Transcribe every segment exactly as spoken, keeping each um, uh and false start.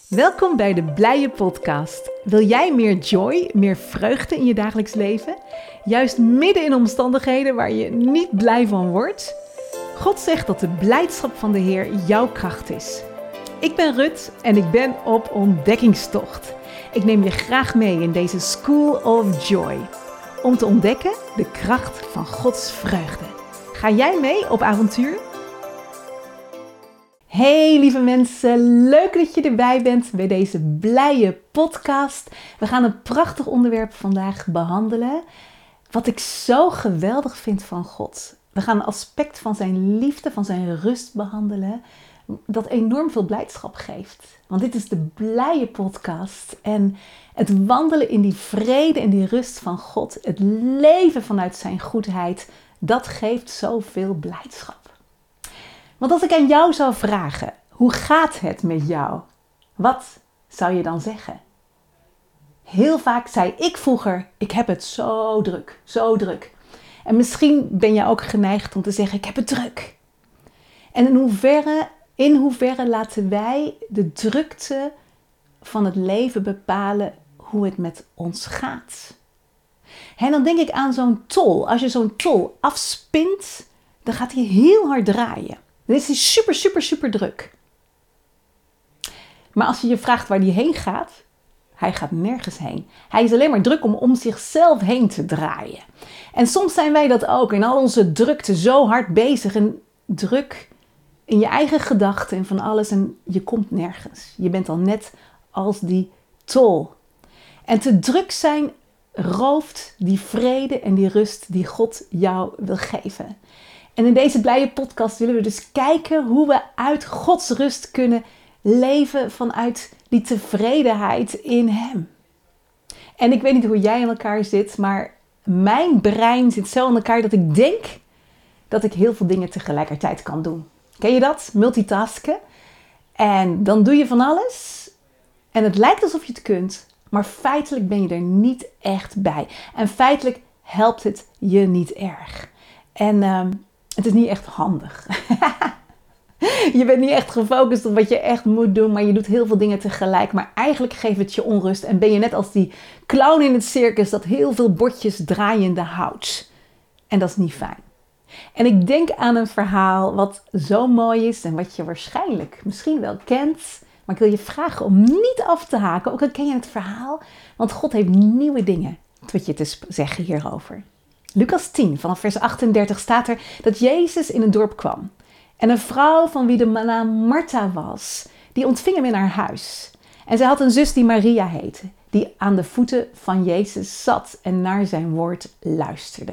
Welkom bij de Blije Podcast. Wil jij meer joy, meer vreugde in je dagelijks leven? Juist midden in omstandigheden waar je niet blij van wordt? God zegt dat de blijdschap van de Heer jouw kracht is. Ik ben Rut en ik ben op ontdekkingstocht. Ik neem je graag mee in deze School of Joy. Om te ontdekken de kracht van Gods vreugde. Ga jij mee op avontuur? Hey lieve mensen, leuk dat je erbij bent bij deze blije podcast. We gaan een prachtig onderwerp vandaag behandelen, wat ik zo geweldig vind van God. We gaan een aspect van zijn liefde, van zijn rust behandelen, dat enorm veel blijdschap geeft. Want dit is de blije podcast en het wandelen in die vrede en die rust van God, het leven vanuit zijn goedheid, dat geeft zoveel blijdschap. Want als ik aan jou zou vragen, hoe gaat het met jou? Wat zou je dan zeggen? Heel vaak zei ik vroeger, ik heb het zo druk, zo druk. En misschien ben je ook geneigd om te zeggen, ik heb het druk. En in hoeverre, in hoeverre laten wij de drukte van het leven bepalen hoe het met ons gaat? En dan denk ik aan zo'n tol. Als je zo'n tol afspint, dan gaat hij heel hard draaien. Dan is hij super, super, super druk. Maar als je je vraagt waar hij heen gaat, hij gaat nergens heen. Hij is alleen maar druk om om zichzelf heen te draaien. En soms zijn wij dat ook. In al onze drukte zo hard bezig. En druk in je eigen gedachten en van alles. En je komt nergens. Je bent al net als die tol. En te druk zijn rooft die vrede en die rust die God jou wil geven. En in deze blije podcast willen we dus kijken hoe we uit Gods rust kunnen leven vanuit die tevredenheid in Hem. En ik weet niet hoe jij in elkaar zit, maar mijn brein zit zo in elkaar dat ik denk dat ik heel veel dingen tegelijkertijd kan doen. Ken je dat? Multitasken. En dan doe je van alles en het lijkt alsof je het kunt, maar feitelijk ben je er niet echt bij. En feitelijk helpt het je niet erg. En Uh, Het is niet echt handig. Je bent niet echt gefocust op wat je echt moet doen, maar je doet heel veel dingen tegelijk. Maar eigenlijk geeft het je onrust en ben je net als die clown in het circus dat heel veel bordjes draaiende houdt. En dat is niet fijn. En ik denk aan een verhaal wat zo mooi is en wat je waarschijnlijk misschien wel kent. Maar ik wil je vragen om niet af te haken, ook al ken je het verhaal. Want God heeft nieuwe dingen tot je te zeggen hierover. Lucas tien, vanaf vers achtendertig staat er dat Jezus in een dorp kwam. En een vrouw van wie de naam Martha was, die ontving hem in haar huis. En zij had een zus die Maria heette, die aan de voeten van Jezus zat en naar zijn woord luisterde.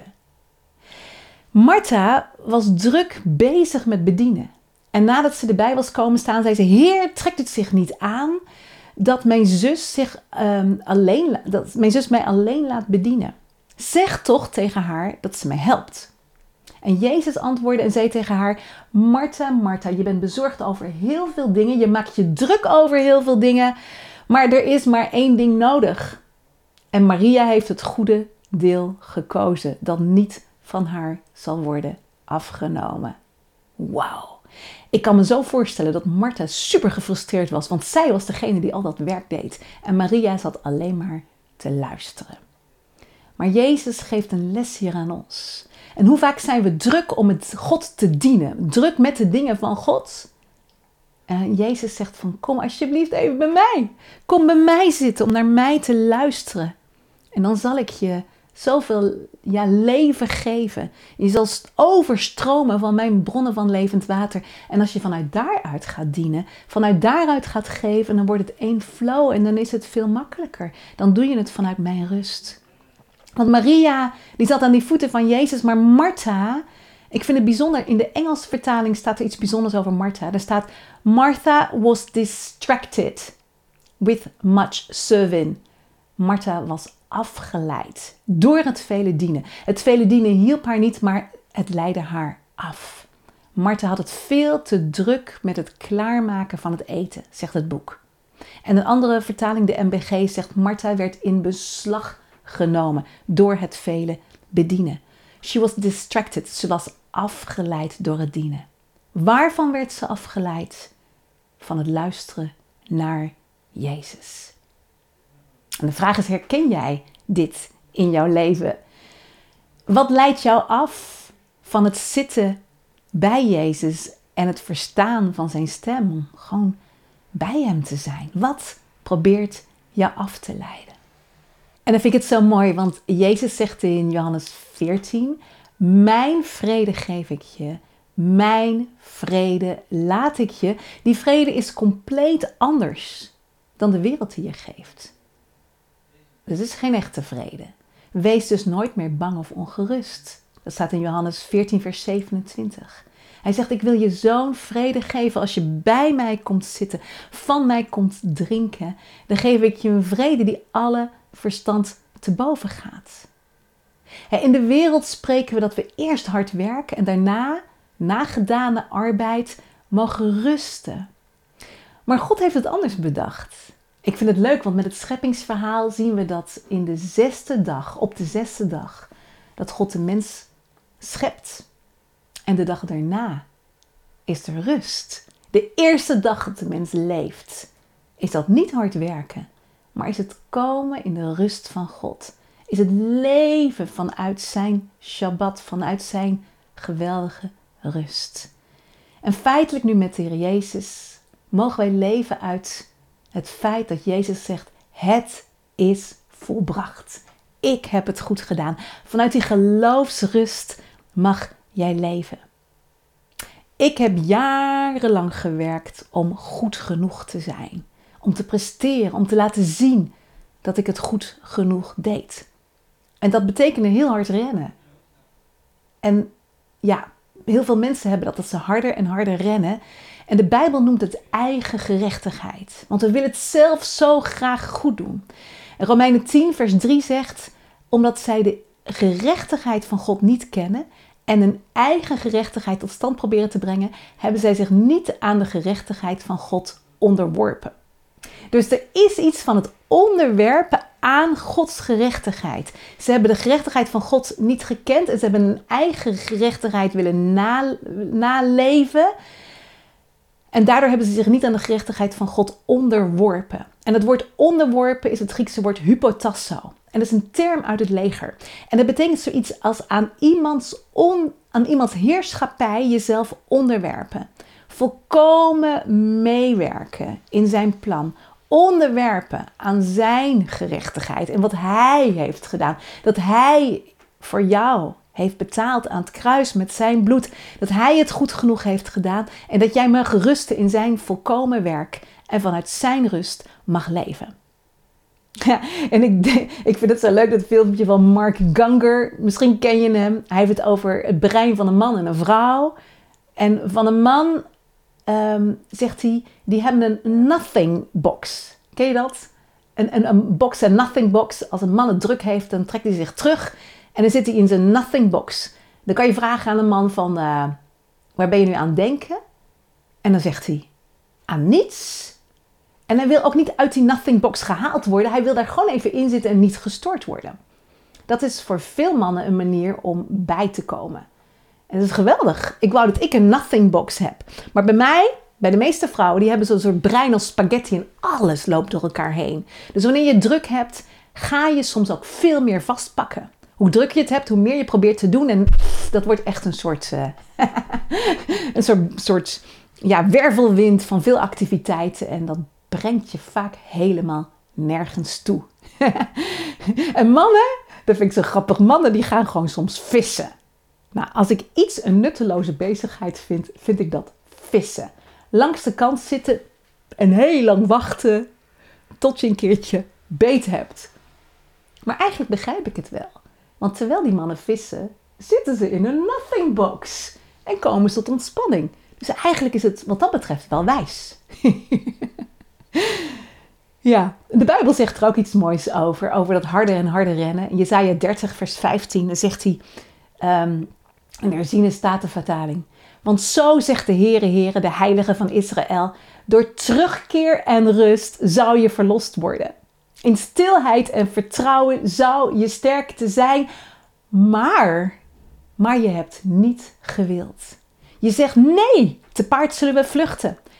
Martha was druk bezig met bedienen. En nadat ze erbij was komen staan, zei ze, Heer, trekt het zich niet aan dat mijn zus, zich, um, alleen, dat mijn zus mij alleen laat bedienen? Zeg toch tegen haar dat ze mij helpt. En Jezus antwoordde en zei tegen haar, Martha, Martha, je bent bezorgd over heel veel dingen. Je maakt je druk over heel veel dingen. Maar er is maar één ding nodig. En Maria heeft het goede deel gekozen, dat niet van haar zal worden afgenomen. Wauw. Ik kan me zo voorstellen dat Martha super gefrustreerd was, want zij was degene die al dat werk deed. En Maria zat alleen maar te luisteren. Maar Jezus geeft een les hier aan ons. En hoe vaak zijn we druk om het God te dienen? Druk met de dingen van God. En Jezus zegt van, kom alsjeblieft even bij mij. Kom bij mij zitten om naar mij te luisteren. En dan zal ik je zoveel ja, leven geven. Je zal overstromen van mijn bronnen van levend water. En als je vanuit daaruit gaat dienen, vanuit daaruit gaat geven, dan wordt het één flow en dan is het veel makkelijker. Dan doe je het vanuit mijn rust. Want Maria, die zat aan die voeten van Jezus, maar Martha, ik vind het bijzonder, in de Engelse vertaling staat er iets bijzonders over Martha. Er staat, Martha was distracted with much serving. Martha was afgeleid door het vele dienen. Het vele dienen hielp haar niet, maar het leidde haar af. Martha had het veel te druk met het klaarmaken van het eten, zegt het boek. En een andere vertaling, de M B G, zegt Martha werd in beslag genomen door het vele bedienen. She was distracted. Ze was afgeleid door het dienen. Waarvan werd ze afgeleid? Van het luisteren naar Jezus. En de vraag is, herken jij dit in jouw leven? Wat leidt jou af van het zitten bij Jezus en het verstaan van zijn stem om gewoon bij hem te zijn? Wat probeert jou af te leiden? En dan vind ik het zo mooi, want Jezus zegt in Johannes veertien, mijn vrede geef ik je, mijn vrede laat ik je. Die vrede is compleet anders dan de wereld die je geeft. Dus het is geen echte vrede. Wees dus nooit meer bang of ongerust. Dat staat in Johannes veertien vers zevenentwintig. Hij zegt, ik wil je zo'n vrede geven als je bij mij komt zitten, van mij komt drinken. Dan geef ik je een vrede die alle verstand te boven gaat. In de wereld spreken we dat we eerst hard werken en daarna, na gedane arbeid, mogen rusten. Maar God heeft het anders bedacht. Ik vind het leuk, want met het scheppingsverhaal zien we dat in de zesde dag, op de zesde dag, dat God de mens schept. En de dag daarna is er rust. De eerste dag dat de mens leeft, is dat niet hard werken, maar is het komen in de rust van God. Is het leven vanuit zijn Shabbat, vanuit zijn geweldige rust. En feitelijk nu met de Heer Jezus mogen wij leven uit het feit dat Jezus zegt, het is volbracht. Ik heb het goed gedaan. Vanuit die geloofsrust mag jij leven. Ik heb jarenlang gewerkt om goed genoeg te zijn. Om te presteren, om te laten zien dat ik het goed genoeg deed. En dat betekende heel hard rennen. En ja, heel veel mensen hebben dat, dat ze harder en harder rennen. En de Bijbel noemt het eigen gerechtigheid. Want we willen het zelf zo graag goed doen. En Romeinen tien vers drie zegt, omdat zij de gerechtigheid van God niet kennen en een eigen gerechtigheid tot stand proberen te brengen, hebben zij zich niet aan de gerechtigheid van God onderworpen. Dus er is iets van het onderwerpen aan Gods gerechtigheid. Ze hebben de gerechtigheid van God niet gekend en ze hebben een eigen gerechtigheid willen na, naleven. En daardoor hebben ze zich niet aan de gerechtigheid van God onderworpen. En het woord onderworpen is het Griekse woord hypotasso. En dat is een term uit het leger. En dat betekent zoiets als aan iemands, on, aan iemands heerschappij jezelf onderwerpen. Volkomen meewerken in zijn plan. Onderwerpen aan zijn gerechtigheid en wat hij heeft gedaan. Dat hij voor jou heeft betaald aan het kruis met zijn bloed. Dat hij het goed genoeg heeft gedaan. En dat jij mag rusten in zijn volkomen werk. En vanuit zijn rust mag leven. Ja, en ik, ik vind het zo leuk, dat filmpje van Mark Gungor. Misschien ken je hem. Hij heeft het over het brein van een man en een vrouw. En van een man um, zegt hij, die hebben een nothing box. Ken je dat? Een, een, een box, een nothing box. Als een man het druk heeft, dan trekt hij zich terug. En dan zit hij in zijn nothing box. Dan kan je vragen aan een man van, uh, waar ben je nu aan het denken? En dan zegt hij, aan niets. En hij wil ook niet uit die nothing box gehaald worden. Hij wil daar gewoon even in zitten en niet gestoord worden. Dat is voor veel mannen een manier om bij te komen. En dat is geweldig. Ik wou dat ik een nothing box heb. Maar bij mij, bij de meeste vrouwen, die hebben zo'n soort brein als spaghetti en alles loopt door elkaar heen. Dus wanneer je druk hebt, ga je soms ook veel meer vastpakken. Hoe druk je het hebt, hoe meer je probeert te doen. En dat wordt echt een soort, uh, een soort, soort ja, wervelwind van veel activiteiten. En dat brengt je vaak helemaal nergens toe. En mannen, dat vind ik zo grappig, mannen die gaan gewoon soms vissen. Nou, als ik iets een nutteloze bezigheid vind, vind ik dat vissen. Langs de kant zitten en heel lang wachten tot je een keertje beet hebt. Maar eigenlijk begrijp ik het wel. Want terwijl die mannen vissen, zitten ze in een nothing box. En komen ze tot ontspanning. Dus eigenlijk is het wat dat betreft wel wijs. Ja, de Bijbel zegt er ook iets moois over. Over dat harder en harder rennen. In Jesaja dertig vers vijftien dan zegt hij, um, in de herziene statenvertaling. Want zo zegt de Heere, Heere, de Heilige van Israël. Door terugkeer en rust zou je verlost worden. In stilheid en vertrouwen zou je sterkte zijn. Maar, maar je hebt niet gewild. Je zegt nee, te paard zullen we vluchten.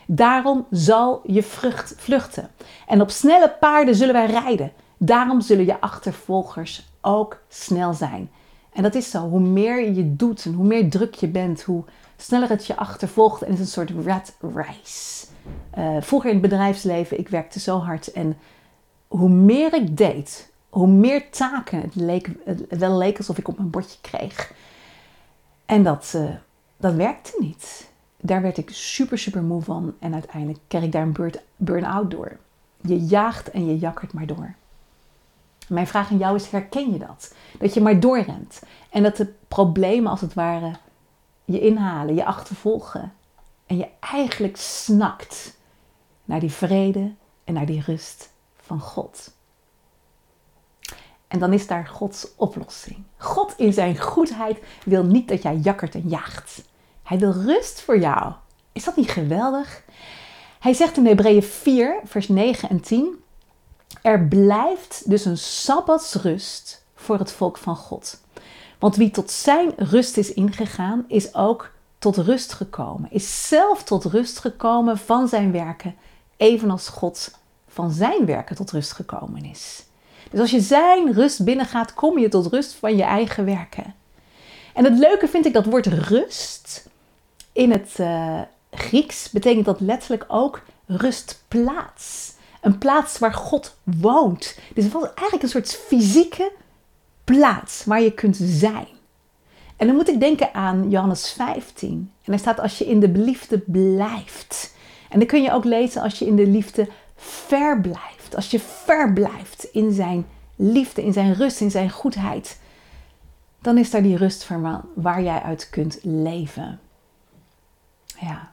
Daarom zal je vrucht vluchten. En op snelle paarden zullen wij rijden. Daarom zullen je achtervolgers ook snel zijn. En dat is zo. Hoe meer je doet en hoe meer druk je bent, hoe sneller het je achtervolgt. En het is een soort rat race. Uh, vroeger in het bedrijfsleven, ik werkte zo hard. En hoe meer ik deed, hoe meer taken het, leek, het wel leek alsof ik op mijn bordje kreeg. En dat, uh, dat werkte niet. Daar werd ik super, super moe van. En uiteindelijk kreeg ik daar een burn-out door. Je jaagt en je jakkert maar door. Mijn vraag aan jou is, herken je dat? Dat je maar doorrent. En dat de problemen als het ware je inhalen, je achtervolgen. En je eigenlijk snakt naar die vrede en naar die rust van God. En dan is daar Gods oplossing. God in zijn goedheid wil niet dat jij jakkert en jaagt. Hij wil rust voor jou. Is dat niet geweldig? Hij zegt in Hebreeën vier, vers negen en tien. Er blijft dus een sabbatsrust voor het volk van God. Want wie tot zijn rust is ingegaan, is ook tot rust gekomen. Is zelf tot rust gekomen van zijn werken, evenals God van zijn werken tot rust gekomen is. Dus als je zijn rust binnengaat, kom je tot rust van je eigen werken. En het leuke vind ik, dat woord rust in het uh, Grieks betekent dat letterlijk ook rustplaats. Een plaats waar God woont. Dus het was eigenlijk een soort fysieke plaats waar je kunt zijn. En dan moet ik denken aan Johannes vijftien. En daar staat, als je in de liefde blijft. En dan kun je ook lezen, als je in de liefde verblijft. Als je verblijft in zijn liefde, in zijn rust, in zijn goedheid. Dan is daar die rust van waar jij uit kunt leven. Ja.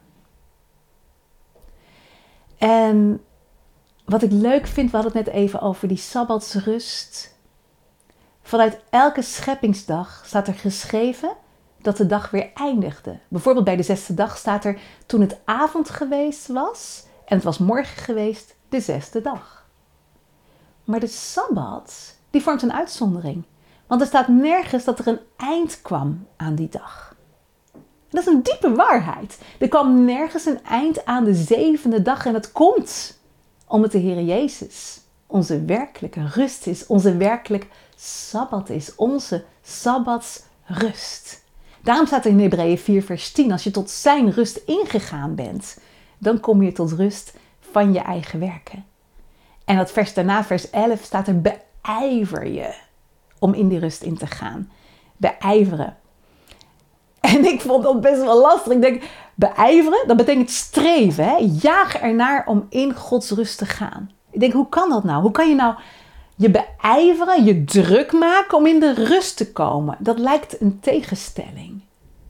En wat ik leuk vind, we hadden het net even over die sabbatsrust. Vanuit elke scheppingsdag staat er geschreven dat de dag weer eindigde. Bijvoorbeeld bij de zesde dag staat er, toen het avond geweest was en het was morgen geweest, de zesde dag. Maar de sabbat, die vormt een uitzondering. Want er staat nergens dat er een eind kwam aan die dag. Dat is een diepe waarheid. Er kwam nergens een eind aan de zevende dag en het komt omdat de Heer Jezus onze werkelijke rust is, onze werkelijk sabbat is, onze sabbatsrust. Daarom staat er in Hebreeën vier vers tien, als je tot zijn rust ingegaan bent, dan kom je tot rust van je eigen werken. En dat vers daarna, vers elf, staat er, beijver je om in die rust in te gaan. Beijveren. En ik vond dat best wel lastig. Ik denk, beijveren, dat betekent streven. Hè? Jaag ernaar om in Gods rust te gaan. Ik denk, hoe kan dat nou? Hoe kan je nou je beijveren, je druk maken om in de rust te komen? Dat lijkt een tegenstelling.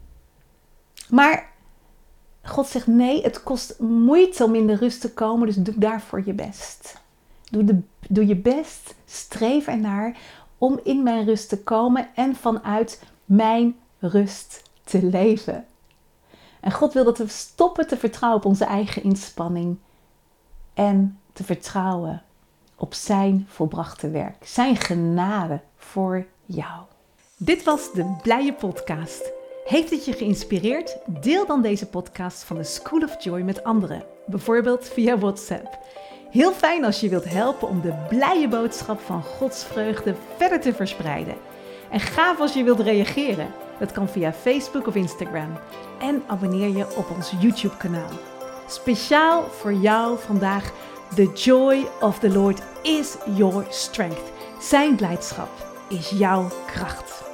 Maar God zegt, nee, het kost moeite om in de rust te komen, dus doe daarvoor je best. Doe, de, doe je best, streef ernaar om in mijn rust te komen en vanuit mijn rust te leven. En God wil dat we stoppen te vertrouwen op onze eigen inspanning en te vertrouwen op zijn volbrachte werk. Zijn genade voor jou. Dit was de Blije Podcast. Heeft het je geïnspireerd? Deel dan deze podcast van de School of Joy met anderen. Bijvoorbeeld via WhatsApp. Heel fijn als je wilt helpen om de blije boodschap van Gods vreugde verder te verspreiden. En gaaf als je wilt reageren. Dat kan via Facebook of Instagram. En abonneer je op ons YouTube kanaal. Speciaal voor jou vandaag. The joy of the Lord is your strength. Zijn blijdschap is jouw kracht.